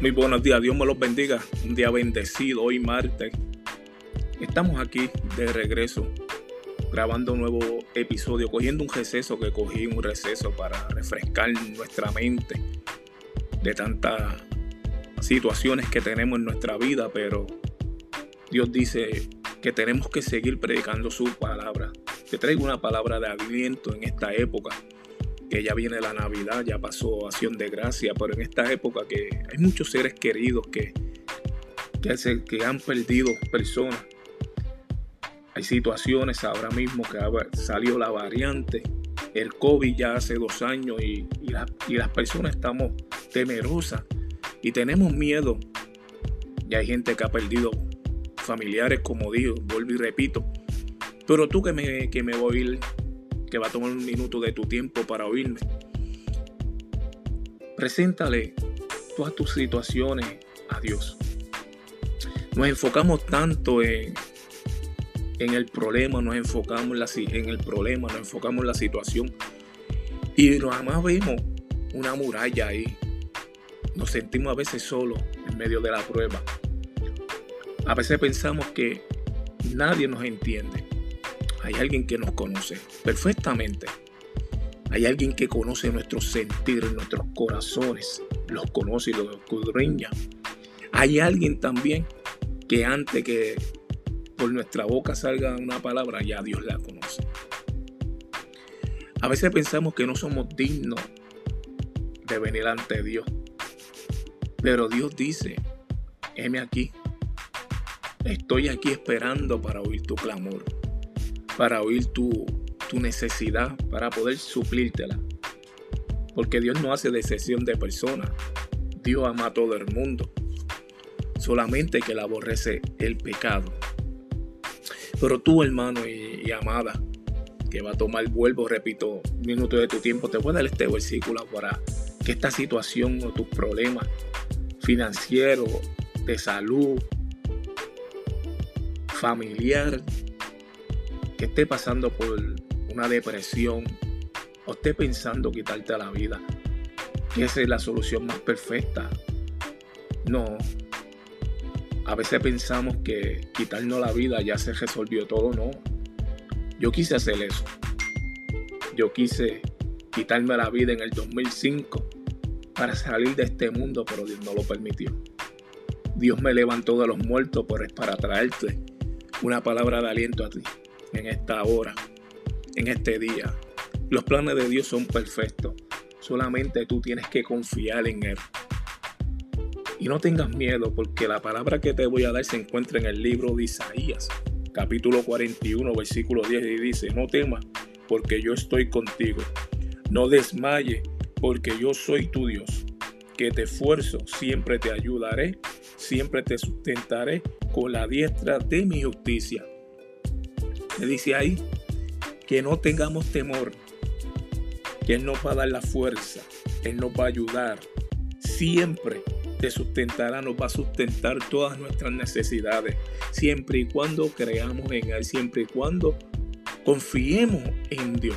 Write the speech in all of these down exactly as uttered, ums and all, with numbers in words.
Muy buenos días, Dios me los bendiga. Un día bendecido, hoy martes. Estamos aquí de regreso, grabando un nuevo episodio, cogiendo un receso que cogí, un receso para refrescar nuestra mente de tantas situaciones que tenemos en nuestra vida, pero Dios dice que tenemos que seguir predicando su palabra. Te traigo una palabra de aliento en esta época, que ya viene la Navidad, ya pasó Acción de Gracia, pero en esta época que hay muchos seres queridos que, que, se, que han perdido personas. Hay situaciones ahora mismo que salió la variante, el COVID ya hace dos años y, y, la, y las personas estamos temerosas y tenemos miedo. Y hay gente que ha perdido familiares, como digo, vuelvo y repito. Pero tú que me, que me voy a ir, que va a tomar un minuto de tu tiempo para oírme, preséntale todas tus situaciones a Dios. Nos enfocamos tanto en, en el problema, nos enfocamos en, la, en el problema, nos enfocamos en la situación y nada más vemos una muralla ahí. Nos sentimos a veces solos en medio de la prueba. A veces pensamos que nadie nos entiende. Hay alguien que nos conoce perfectamente. Hay alguien que conoce nuestros sentidos, nuestros corazones. Los conoce y los escudriña. Hay alguien también que antes que por nuestra boca salga una palabra, ya Dios la conoce. A veces pensamos que no somos dignos de venir ante Dios. Pero Dios dice, heme aquí. Estoy aquí esperando para oír tu clamor, para oír tu, tu necesidad, para poder suplírtela. Porque Dios no hace excepción de personas. Dios ama a todo el mundo. Solamente que le aborrece el pecado. Pero tú, hermano y, y amada, que va a tomar, vuelvo, repito, un minuto de tu tiempo, te voy a dar este versículo para que esta situación o tus problemas financieros, de salud, familiar, que esté pasando por una depresión o esté pensando quitarte la vida, que esa es la solución más perfecta. No, a veces pensamos que quitarnos la vida ya se resolvió todo. No, yo quise hacer eso. Yo quise quitarme la vida en el dos mil cinco para salir de este mundo, pero Dios no lo permitió. Dios me levantó de los muertos para traerte una palabra de aliento a ti en esta hora, en este día. Los planes de Dios son perfectos. Solamente tú tienes que confiar en Él. Y no tengas miedo, porque la palabra que te voy a dar se encuentra en el libro de Isaías, capítulo cuarenta y uno, versículo diez, y dice: no temas, porque yo estoy contigo. No desmayes, porque yo soy tu Dios, que te esfuerzo, siempre te ayudaré, siempre te sustentaré con la diestra de mi justicia. Me dice ahí que no tengamos temor, que Él nos va a dar la fuerza, Él nos va a ayudar, siempre te sustentará, nos va a sustentar todas nuestras necesidades, siempre y cuando creamos en Él, siempre y cuando confiemos en Dios.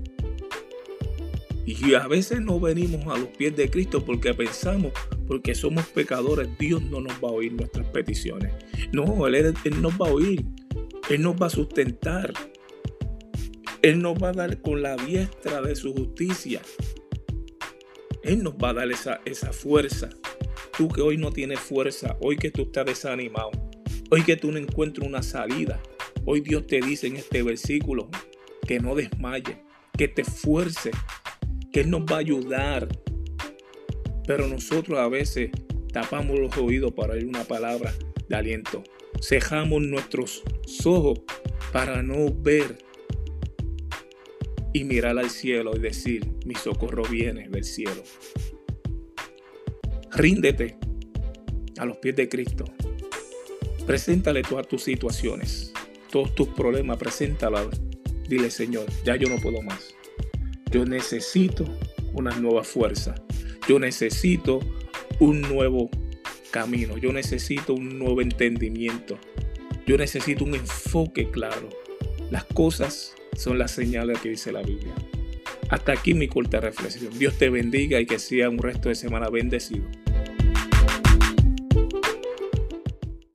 Y a veces no venimos a los pies de Cristo porque pensamos, porque somos pecadores, Dios no nos va a oír nuestras peticiones. No, Él, Él nos va a oír, Él nos va a sustentar, Él nos va a dar con la diestra de su justicia. Él nos va a dar esa, esa fuerza. Tú que hoy no tienes fuerza, hoy que tú estás desanimado, hoy que tú no encuentras una salida, hoy Dios te dice en este versículo que no desmayes, que te esfuerces, que Él nos va a ayudar. Pero nosotros a veces tapamos los oídos para oír una palabra de aliento. Cejamos nuestros ojos para no ver y mirar al cielo y decir: mi socorro viene del cielo. Ríndete a los pies de Cristo. Preséntale todas tus situaciones, todos tus problemas, preséntalo. Dile: Señor, ya yo no puedo más. Yo necesito una nueva fuerza. Yo necesito un nuevo camino. Yo necesito un nuevo entendimiento. Yo necesito un enfoque claro. Las cosas son las señales que dice la Biblia. Hasta aquí mi corta reflexión. Dios te bendiga y que sea un resto de semana bendecido.